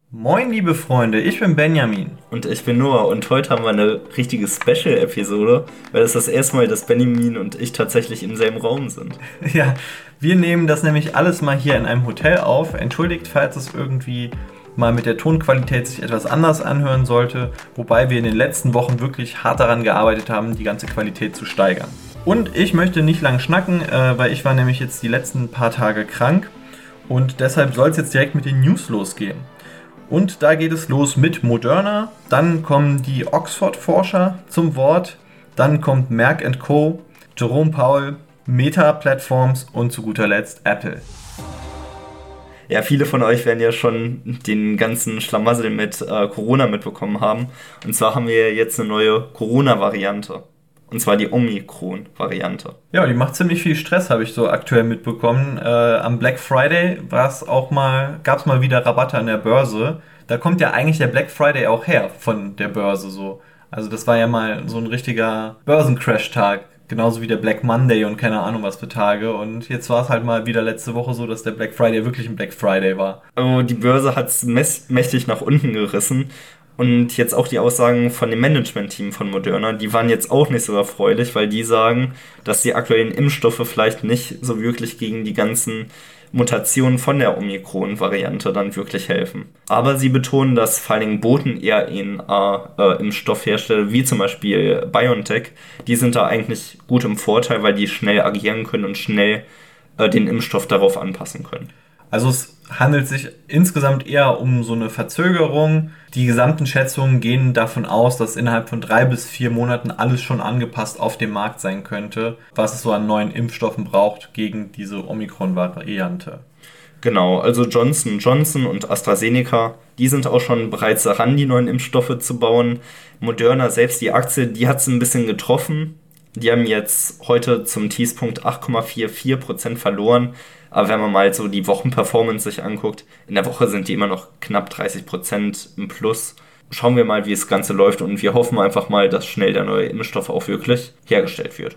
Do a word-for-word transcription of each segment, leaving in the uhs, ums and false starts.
Moin, liebe Freunde, ich bin Benjamin. Und ich bin Noah und heute haben wir eine richtige Special-Episode, weil es das erste Mal, dass Benjamin und ich tatsächlich im selben Raum sind. Ja, wir nehmen das nämlich alles mal hier in einem Hotel auf. Entschuldigt, falls es irgendwie mal mit der Tonqualität sich etwas anders anhören sollte, wobei wir in den letzten Wochen wirklich hart daran gearbeitet haben, die ganze Qualität zu steigern. Und ich möchte nicht lang schnacken, äh, weil ich war nämlich jetzt die letzten paar Tage krank und deshalb soll es jetzt direkt mit den News losgehen. Und da geht es los mit Moderna, dann kommen die Oxford-Forscher zum Wort, dann kommt Merck and Co., Jerome Powell, Meta Platforms und zu guter Letzt Apple. Ja, viele von euch werden ja schon den ganzen Schlamassel mit äh, Corona mitbekommen haben. Und zwar haben wir jetzt eine neue Corona-Variante. Und zwar die Omikron-Variante. Ja, die macht ziemlich viel Stress, habe ich so aktuell mitbekommen. Äh, am Black Friday war's auch mal, gab es mal wieder Rabatte an der Börse. Da kommt ja eigentlich der Black Friday auch her von der Börse so. Also das war ja mal so ein richtiger Börsencrash-Tag. Genauso wie der Black Monday und keine Ahnung was für Tage. Und jetzt war es halt mal wieder letzte Woche so, dass der Black Friday wirklich ein Black Friday war. Also die Börse hat es mächtig nach unten gerissen. Und jetzt auch die Aussagen von dem Management-Team von Moderna, die waren jetzt auch nicht so erfreulich, weil die sagen, dass die aktuellen Impfstoffe vielleicht nicht so wirklich gegen die ganzen Mutationen von der Omikron-Variante dann wirklich helfen. Aber sie betonen, dass vor allen Dingen Boten-R N A-Impfstoffhersteller, wie zum Beispiel BioNTech, die sind da eigentlich gut im Vorteil, weil die schnell agieren können und schnell äh, den Impfstoff darauf anpassen können. Also es handelt sich insgesamt eher um so eine Verzögerung. Die gesamten Schätzungen gehen davon aus, dass innerhalb von drei bis vier Monaten alles schon angepasst auf dem Markt sein könnte, was es so an neuen Impfstoffen braucht gegen diese Omikron-Variante. Genau, also Johnson und Johnson und AstraZeneca, die sind auch schon bereits daran, die neuen Impfstoffe zu bauen. Moderna selbst, die Aktie, die hat es ein bisschen getroffen. Die haben jetzt heute zum Tiefpunkt acht Komma vierundvierzig Prozent verloren. Aber wenn man mal so die Wochenperformance sich anguckt, in der Woche sind die immer noch knapp dreißig Prozent im Plus. Schauen wir mal, wie das Ganze läuft und wir hoffen einfach mal, dass schnell der neue Impfstoff auch wirklich hergestellt wird.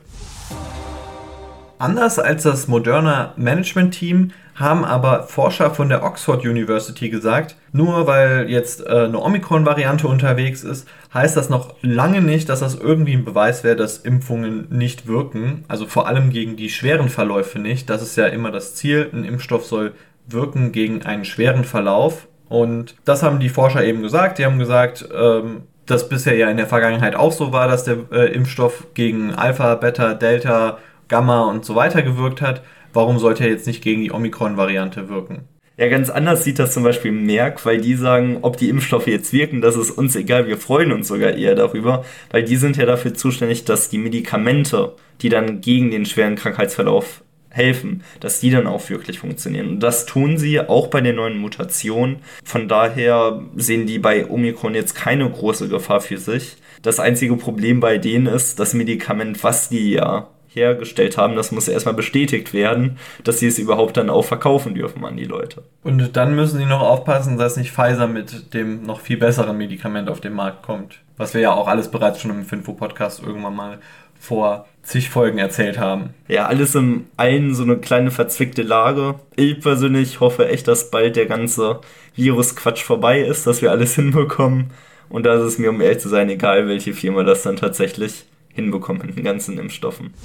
Anders als das Moderna Management-Team haben aber Forscher von der Oxford University gesagt, nur weil jetzt äh, eine Omikron-Variante unterwegs ist, heißt das noch lange nicht, dass das irgendwie ein Beweis wäre, dass Impfungen nicht wirken. Also vor allem gegen die schweren Verläufe nicht. Das ist ja immer das Ziel. Ein Impfstoff soll wirken gegen einen schweren Verlauf. Und das haben die Forscher eben gesagt. Die haben gesagt, ähm, dass bisher ja in der Vergangenheit auch so war, dass der äh, Impfstoff gegen Alpha, Beta, Delta, Gamma und so weiter gewirkt hat. Warum sollte er jetzt nicht gegen die Omikron-Variante wirken? Ja, ganz anders sieht das zum Beispiel Merck, weil die sagen, ob die Impfstoffe jetzt wirken, das ist uns egal, wir freuen uns sogar eher darüber, weil die sind ja dafür zuständig, dass die Medikamente, die dann gegen den schweren Krankheitsverlauf helfen, dass die dann auch wirklich funktionieren. Und das tun sie auch bei den neuen Mutationen. Von daher sehen die bei Omikron jetzt keine große Gefahr für sich. Das einzige Problem bei denen ist, das Medikament, was die ja hergestellt haben, das muss erstmal bestätigt werden, dass sie es überhaupt dann auch verkaufen dürfen an die Leute. Und dann müssen sie noch aufpassen, dass nicht Pfizer mit dem noch viel besseren Medikament auf den Markt kommt. Was wir ja auch alles bereits schon im Finfo-Podcast irgendwann mal vor zig Folgen erzählt haben. Ja, alles in allen so eine kleine verzwickte Lage. Ich persönlich hoffe echt, dass bald der ganze Virus-Quatsch vorbei ist, dass wir alles hinbekommen. Und da ist es mir, um ehrlich zu sein, egal, welche Firma das dann tatsächlich hinbekommen mit den ganzen Impfstoffen.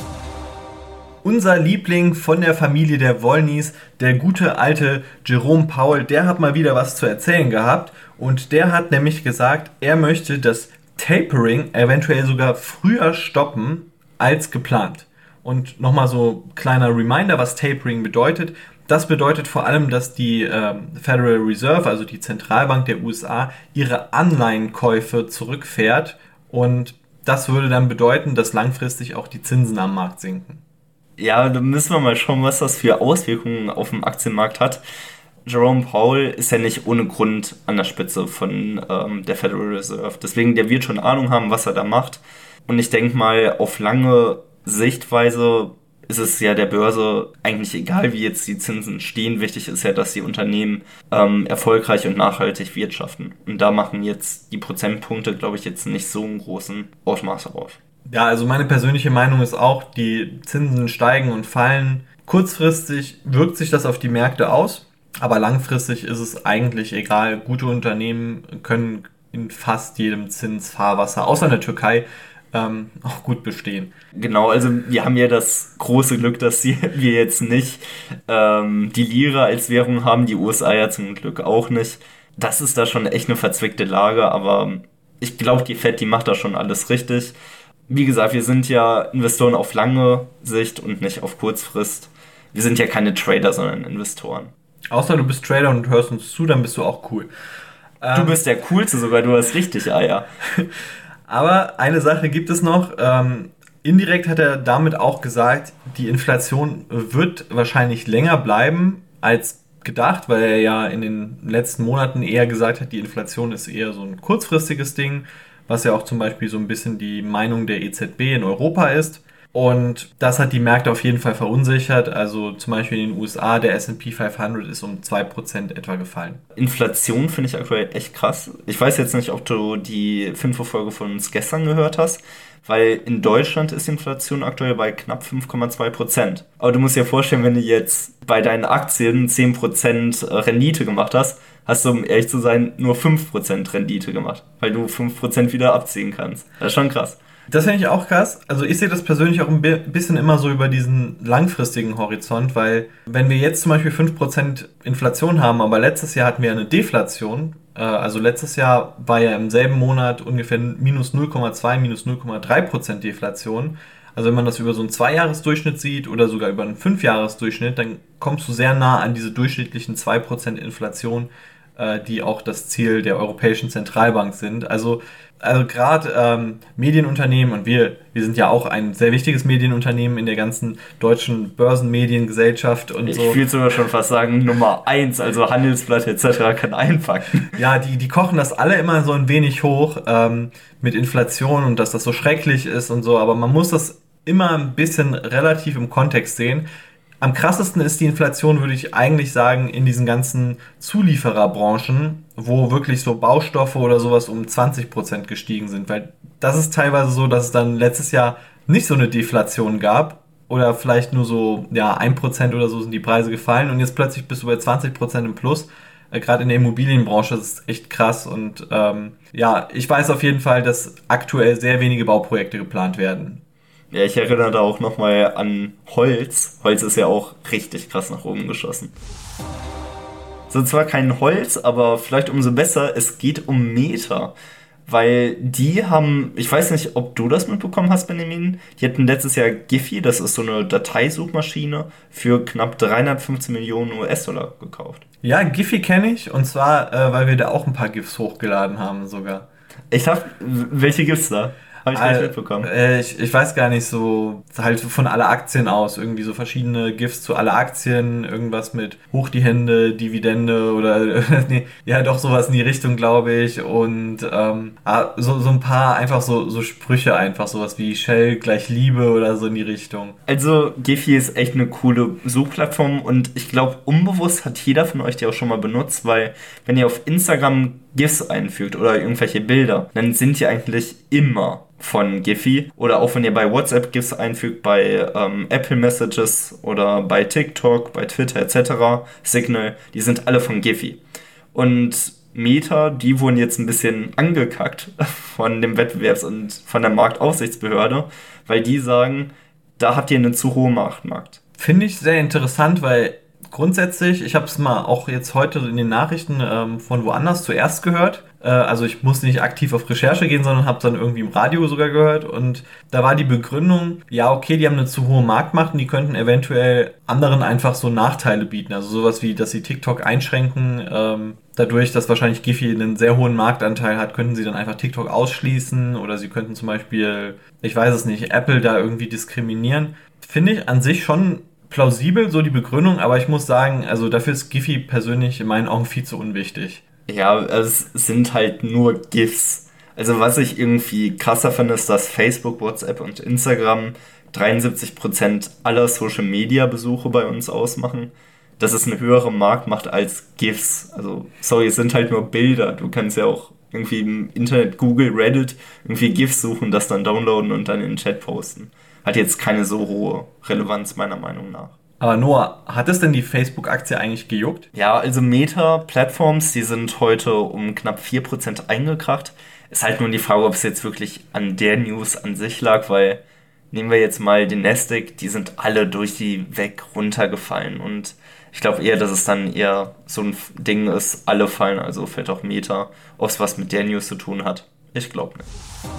Unser Liebling von der Familie der Wollnys, der gute alte Jerome Powell, der hat mal wieder was zu erzählen gehabt und der hat nämlich gesagt, er möchte das Tapering eventuell sogar früher stoppen als geplant. Und nochmal so kleiner Reminder, was Tapering bedeutet. Das bedeutet vor allem, dass die äh, Federal Reserve, also die Zentralbank der U S A, ihre Anleihenkäufe zurückfährt und das würde dann bedeuten, dass langfristig auch die Zinsen am Markt sinken. Ja, da müssen wir mal schauen, was das für Auswirkungen auf dem Aktienmarkt hat. Jerome Powell ist ja nicht ohne Grund an der Spitze von ähm, der Federal Reserve. Deswegen, der wird schon Ahnung haben, was er da macht. Und ich denke mal, auf lange Sichtweise ist es ja der Börse eigentlich egal, wie jetzt die Zinsen stehen. Wichtig ist ja, dass die Unternehmen ähm, erfolgreich und nachhaltig wirtschaften. Und da machen jetzt die Prozentpunkte, glaube ich, jetzt nicht so einen großen Ausmaß aus. Ja, also meine persönliche Meinung ist auch, die Zinsen steigen und fallen. Kurzfristig wirkt sich das auf die Märkte aus. Aber langfristig ist es eigentlich egal. Gute Unternehmen können in fast jedem Zinsfahrwasser, außer in der Türkei, ähm, auch gut bestehen. Genau, also wir haben ja das große Glück, dass wir jetzt nicht ähm, die Lira als Währung haben, die U S A ja zum Glück auch nicht. Das ist da schon echt eine verzwickte Lage, aber ich glaube, die Fed, die macht da schon alles richtig. Wie gesagt, wir sind ja Investoren auf lange Sicht und nicht auf Kurzfrist. Wir sind ja keine Trader, sondern Investoren. Außer du bist Trader und hörst uns zu, dann bist du auch cool. Du ähm, bist der Coolste sogar, du hast richtig Eier. Aber eine Sache gibt es noch. Ähm, indirekt hat er damit auch gesagt, die Inflation wird wahrscheinlich länger bleiben als gedacht, weil er ja in den letzten Monaten eher gesagt hat, die Inflation ist eher so ein kurzfristiges Ding, was ja auch zum Beispiel so ein bisschen die Meinung der E Z B in Europa ist. Und das hat die Märkte auf jeden Fall verunsichert. Also zum Beispiel in den U S A, der S and P fünfhundert ist um zwei Prozent etwa gefallen. Inflation finde ich aktuell echt krass. Ich weiß jetzt nicht, ob du die fünf Folge von uns gestern gehört hast, weil in Deutschland ist Inflation aktuell bei knapp fünf Komma zwei Prozent. Aber du musst dir vorstellen, wenn du jetzt bei deinen Aktien zehn Prozent Rendite gemacht hast, hast du, um ehrlich zu sein, nur fünf Prozent Rendite gemacht, weil du fünf Prozent wieder abziehen kannst. Das ist schon krass. Das finde ich auch krass. Also ich sehe das persönlich auch ein bisschen immer so über diesen langfristigen Horizont, weil wenn wir jetzt zum Beispiel fünf Prozent Inflation haben, aber letztes Jahr hatten wir eine Deflation, äh, also letztes Jahr war ja im selben Monat ungefähr minus null Komma zwei, minus null Komma drei Prozent Deflation. Also wenn man das über so einen Zweijahresdurchschnitt sieht oder sogar über einen Fünfjahresdurchschnitt, dann kommst du sehr nah an diese durchschnittlichen zwei Prozent Inflation, äh, die auch das Ziel der Europäischen Zentralbank sind. Also Also gerade ähm, Medienunternehmen, und wir, wir sind ja auch ein sehr wichtiges Medienunternehmen in der ganzen deutschen Börsenmediengesellschaft und ich so. Ich würde sogar schon fast sagen, Nummer eins, also Handelsblatt et cetera kann einpacken. Ja, die, die kochen das alle immer so ein wenig hoch ähm, mit Inflation und dass das so schrecklich ist und so, aber man muss das immer ein bisschen relativ im Kontext sehen. Am krassesten ist die Inflation, würde ich eigentlich sagen, in diesen ganzen Zuliefererbranchen, wo wirklich so Baustoffe oder sowas um zwanzig Prozent gestiegen sind. Weil das ist teilweise so, dass es dann letztes Jahr nicht so eine Deflation gab oder vielleicht nur so ja ein Prozent oder so sind die Preise gefallen und jetzt plötzlich bist du bei zwanzig Prozent im Plus. Äh, Gerade in der Immobilienbranche ist es echt krass und ähm, ja, ich weiß auf jeden Fall, dass aktuell sehr wenige Bauprojekte geplant werden. Ja, ich erinnere da auch nochmal an Holz. Holz ist ja auch richtig krass nach oben geschossen. So, zwar kein Holz, aber vielleicht umso besser, es geht um Meta. Weil die haben, ich weiß nicht, ob du das mitbekommen hast, Benjamin, die hatten letztes Jahr Giphy, das ist so eine Dateisuchmaschine, für knapp dreihundertfünfzehn Millionen U S-Dollar gekauft. Ja, Giphy kenne ich, und zwar, äh, weil wir da auch ein paar GIFs hochgeladen haben sogar. Ich hab, welche gibt's da? Habe ich gar nicht mitbekommen. Äh, ich, ich weiß gar nicht, so halt von alle Aktien aus, irgendwie so verschiedene GIFs zu alle Aktien, irgendwas mit hoch die Hände, Dividende oder nee, ja doch sowas in die Richtung, glaube ich, und ähm, so, so ein paar einfach so, so Sprüche einfach, sowas wie Shell gleich Liebe oder so in die Richtung. Also Giphy ist echt eine coole Suchplattform und ich glaube, unbewusst hat jeder von euch die auch schon mal benutzt, weil wenn ihr auf Instagram GIFs einfügt oder irgendwelche Bilder, dann sind die eigentlich immer von Giphy. Oder auch wenn ihr bei WhatsApp GIFs einfügt, bei ähm, Apple Messages oder bei TikTok, bei Twitter et cetera, Signal, die sind alle von Giphy. Und Meta, die wurden jetzt ein bisschen angekackt von dem Wettbewerbs- und von der Marktaufsichtsbehörde, weil die sagen, da habt ihr eine zu hohe Marktmarkt. Finde ich sehr interessant, weil grundsätzlich, ich habe es mal auch jetzt heute in den Nachrichten ähm, von woanders zuerst gehört. Äh, also ich musste nicht aktiv auf Recherche gehen, sondern habe dann irgendwie im Radio sogar gehört. Und da war die Begründung, ja okay, die haben eine zu hohe Marktmacht und die könnten eventuell anderen einfach so Nachteile bieten. Also sowas wie, dass sie TikTok einschränken. Ähm, dadurch, dass wahrscheinlich Giphy einen sehr hohen Marktanteil hat, könnten sie dann einfach TikTok ausschließen. Oder sie könnten zum Beispiel, ich weiß es nicht, Apple da irgendwie diskriminieren. Finde ich an sich schon plausibel, so die Begründung, aber ich muss sagen, also dafür ist Giphy persönlich in meinen Augen viel zu unwichtig. Ja, es sind halt nur GIFs. Also was ich irgendwie krasser finde, ist, dass Facebook, WhatsApp und Instagram dreiundsiebzig Prozent aller Social-Media-Besuche bei uns ausmachen. Das ist eine höhere Marktmacht als GIFs. Also, sorry, es sind halt nur Bilder. Du kannst ja auch irgendwie im Internet, Google, Reddit, irgendwie GIFs suchen, das dann downloaden und dann in den Chat posten. Hat jetzt keine so hohe Relevanz, meiner Meinung nach. Aber Noah, hat es denn die Facebook-Aktie eigentlich gejuckt? Ja, also Meta-Plattforms, die sind heute um knapp vier Prozent eingekracht. Ist halt nur die Frage, ob es jetzt wirklich an der News an sich lag, weil nehmen wir jetzt mal den Nasdaq, die sind alle durch die weg runtergefallen. Und ich glaube eher, dass es dann eher so ein Ding ist, alle fallen, also fällt auch Meta, ob es was mit der News zu tun hat. Ich glaube nicht.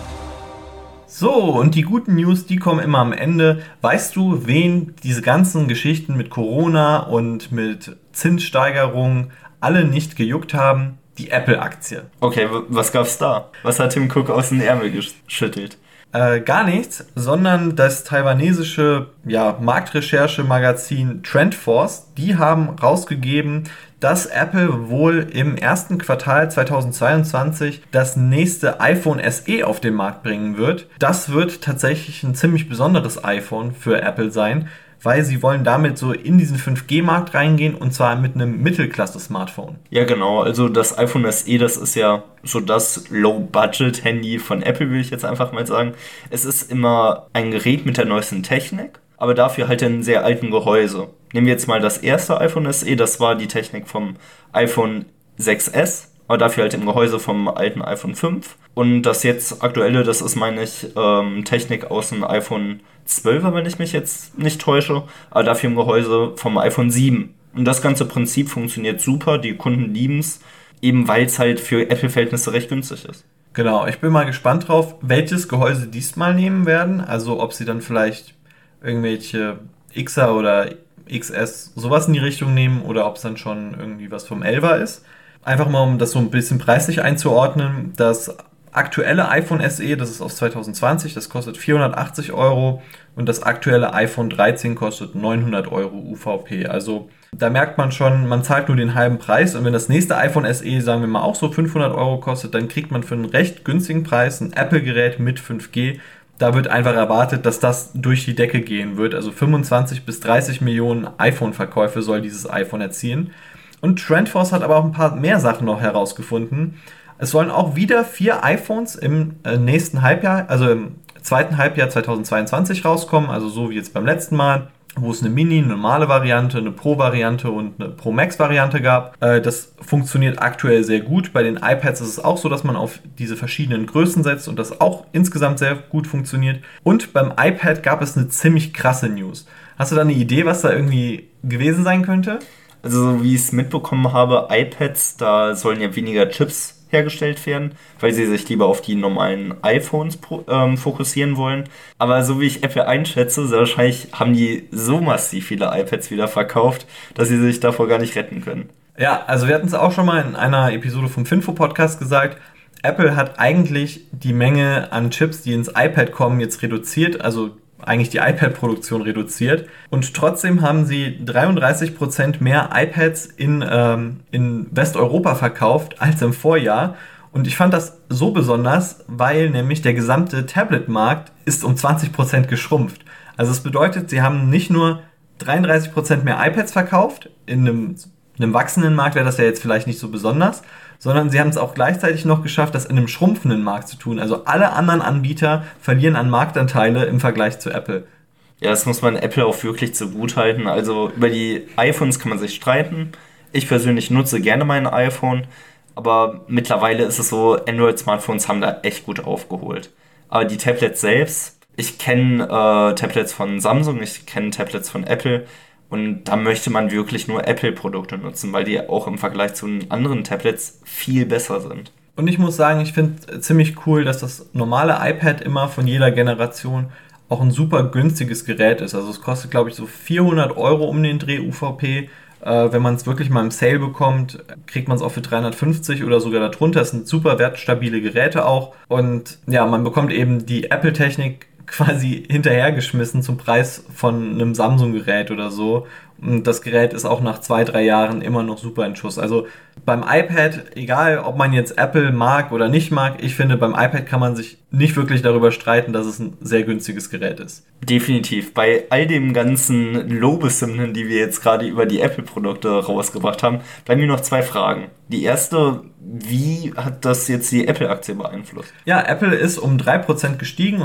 So, und die guten News, die kommen immer am Ende. Weißt du, wen diese ganzen Geschichten mit Corona und mit Zinssteigerungen alle nicht gejuckt haben? Die Apple-Aktie. Okay, was gab's da? Was hat Tim Cook aus dem Ärmel geschüttelt? Äh, gar nichts, sondern das taiwanesische ja, Marktrecherche-Magazin TrendForce, die haben rausgegeben, dass Apple wohl im ersten Quartal zweitausendzweiundzwanzig das nächste iPhone S E auf den Markt bringen wird. Das wird tatsächlich ein ziemlich besonderes iPhone für Apple sein, weil sie wollen damit so in diesen fünf G-Markt reingehen und zwar mit einem Mittelklasse-Smartphone. Ja genau, also das iPhone S E, das ist ja so das Low-Budget-Handy von Apple, will ich jetzt einfach mal sagen. Es ist immer ein Gerät mit der neuesten Technik, aber dafür halt in sehr alten Gehäuse. Nehmen wir jetzt mal das erste iPhone S E, das war die Technik vom iPhone sechs S, aber dafür halt im Gehäuse vom alten iPhone fünf. Und das jetzt aktuelle, das ist, meine ich, ähm, Technik aus dem iPhone zwölf, wenn ich mich jetzt nicht täusche, aber dafür im Gehäuse vom iPhone sieben. Und das ganze Prinzip funktioniert super, die Kunden lieben es, eben weil es halt für Apple-Verhältnisse recht günstig ist. Genau, ich bin mal gespannt drauf, welches Gehäuse diesmal nehmen werden, also ob sie dann vielleicht irgendwelche Xer oder X S sowas in die Richtung nehmen oder ob es dann schon irgendwie was vom elfer ist. Einfach mal, um das so ein bisschen preislich einzuordnen, das aktuelle iPhone S E, das ist aus zweitausendzwanzig, das kostet vierhundertachtzig Euro und das aktuelle iPhone dreizehn kostet neunhundert Euro U V P. Also da merkt man schon, man zahlt nur den halben Preis und wenn das nächste iPhone S E, sagen wir mal, auch so fünfhundert Euro kostet, dann kriegt man für einen recht günstigen Preis ein Apple-Gerät mit fünf G. Da wird einfach erwartet, dass das durch die Decke gehen wird. Also fünfundzwanzig bis dreißig Millionen iPhone-Verkäufe soll dieses iPhone erzielen. Und TrendForce hat aber auch ein paar mehr Sachen noch herausgefunden. Es sollen auch wieder vier iPhones im nächsten Halbjahr, also im zweiten Halbjahr zweitausendzweiundzwanzig rauskommen, also so wie jetzt beim letzten Mal, wo es eine Mini, eine normale Variante, eine Pro-Variante und eine Pro-Max-Variante gab. Das funktioniert aktuell sehr gut. Bei den iPads ist es auch so, dass man auf diese verschiedenen Größen setzt und das auch insgesamt sehr gut funktioniert. Und beim iPad gab es eine ziemlich krasse News. Hast du da eine Idee, was da irgendwie gewesen sein könnte? Also so wie ich es mitbekommen habe, iPads, da sollen ja weniger Chips hergestellt werden, weil sie sich lieber auf die normalen iPhones pro, ähm, fokussieren wollen. Aber so wie ich Apple einschätze, sehr wahrscheinlich haben die so massiv viele iPads wieder verkauft, dass sie sich davor gar nicht retten können. Ja, also wir hatten es auch schon mal in einer Episode vom Finfo-Podcast gesagt, Apple hat eigentlich die Menge an Chips, die ins iPad kommen, jetzt reduziert, also eigentlich die iPad-Produktion reduziert und trotzdem haben sie dreiunddreißig Prozent mehr iPads in, ähm, in Westeuropa verkauft als im Vorjahr und ich fand das so besonders, weil nämlich der gesamte Tablet-Markt ist um zwanzig Prozent geschrumpft. Also es bedeutet, sie haben nicht nur dreiunddreißig Prozent mehr iPads verkauft, in einem, in einem wachsenden Markt wäre das ja jetzt vielleicht nicht so besonders, sondern sie haben es auch gleichzeitig noch geschafft, das in einem schrumpfenden Markt zu tun. Also alle anderen Anbieter verlieren an Marktanteile im Vergleich zu Apple. Ja, das muss man Apple auch wirklich zugutehalten. Also über die iPhones kann man sich streiten. Ich persönlich nutze gerne mein iPhone, aber mittlerweile ist es so, Android-Smartphones haben da echt gut aufgeholt. Aber die Tablets selbst, ich kenne äh, Tablets von Samsung, ich kenne Tablets von Apple. Und da möchte man wirklich nur Apple-Produkte nutzen, weil die auch im Vergleich zu den anderen Tablets viel besser sind. Und ich muss sagen, ich finde ziemlich cool, dass das normale iPad immer von jeder Generation auch ein super günstiges Gerät ist. Also es kostet, glaube ich, so vierhundert Euro um den Dreh U V P. Äh, wenn man es wirklich mal im Sale bekommt, kriegt man es auch für dreihundertfünfzig oder sogar darunter. Das sind super wertstabile Geräte auch. Und ja, man bekommt eben die Apple-Technik quasi hinterhergeschmissen zum Preis von einem Samsung-Gerät oder so. Und das Gerät ist auch nach zwei, drei Jahren immer noch super in Schuss. Also beim iPad, egal ob man jetzt Apple mag oder nicht mag, ich finde, beim iPad kann man sich nicht wirklich darüber streiten, dass es ein sehr günstiges Gerät ist. Definitiv. Bei all dem ganzen Lobeshymnen, die wir jetzt gerade über die Apple-Produkte rausgebracht haben, bleiben mir noch zwei Fragen. Die erste, wie hat das jetzt die Apple-Aktie beeinflusst? Ja, Apple ist um drei Prozent gestiegen und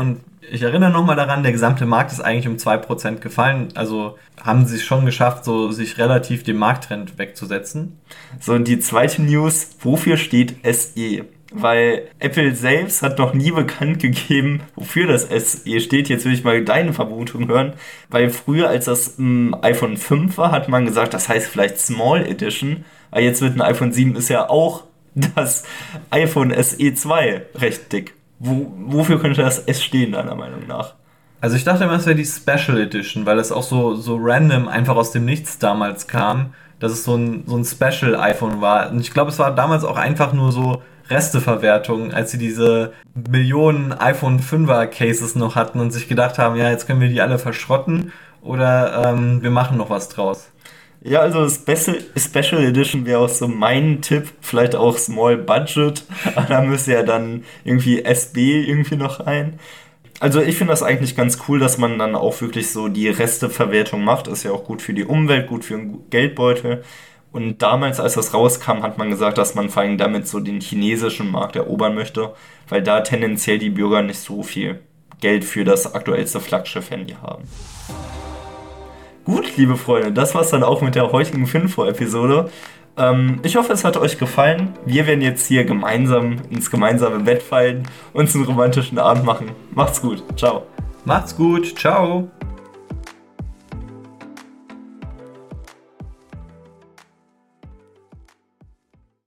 ich erinnere nochmal daran, der gesamte Markt ist eigentlich um zwei Prozent gefallen. Also haben sie es schon geschafft, so sich relativ dem Markttrend wegzusetzen. So, und die zweite News, wofür steht S E? Weil Apple selbst hat noch nie bekannt gegeben, wofür das S E steht. Jetzt will ich mal deine Vermutung hören. Weil früher, als das ähm, iPhone fünf war, hat man gesagt, das heißt vielleicht Small Edition. Aber jetzt mit dem iPhone sieben ist ja auch das iPhone S E zwei recht dick. Wo, wofür könnte das S stehen, deiner Meinung nach? Also ich dachte immer, es wäre die Special Edition, weil es auch so, so random einfach aus dem Nichts damals kam, dass es so ein, so ein Special-iPhone war. Und ich glaube, es war damals auch einfach nur so Resteverwertung, als sie diese Millionen iPhone fünfer Cases noch hatten und sich gedacht haben, ja, jetzt können wir die alle verschrotten oder ähm, wir machen noch was draus. Ja, also Special, Special Edition wäre auch so mein Tipp, vielleicht auch Small Budget, aber da müsste ja dann irgendwie S B irgendwie noch rein. Also ich finde das eigentlich ganz cool, dass man dann auch wirklich so die Resteverwertung macht, ist ja auch gut für die Umwelt, gut für den Geldbeutel. Und damals, als das rauskam, hat man gesagt, dass man vor allem damit so den chinesischen Markt erobern möchte, weil da tendenziell die Bürger nicht so viel Geld für das aktuellste Flaggschiff-Handy haben. Gut, liebe Freunde, das war's dann auch mit der heutigen Finfo-Episode. Ähm, ich hoffe, es hat euch gefallen. Wir werden jetzt hier gemeinsam ins gemeinsame Bett fallen, uns einen romantischen Abend machen. Macht's gut. Ciao. Macht's gut. Ciao.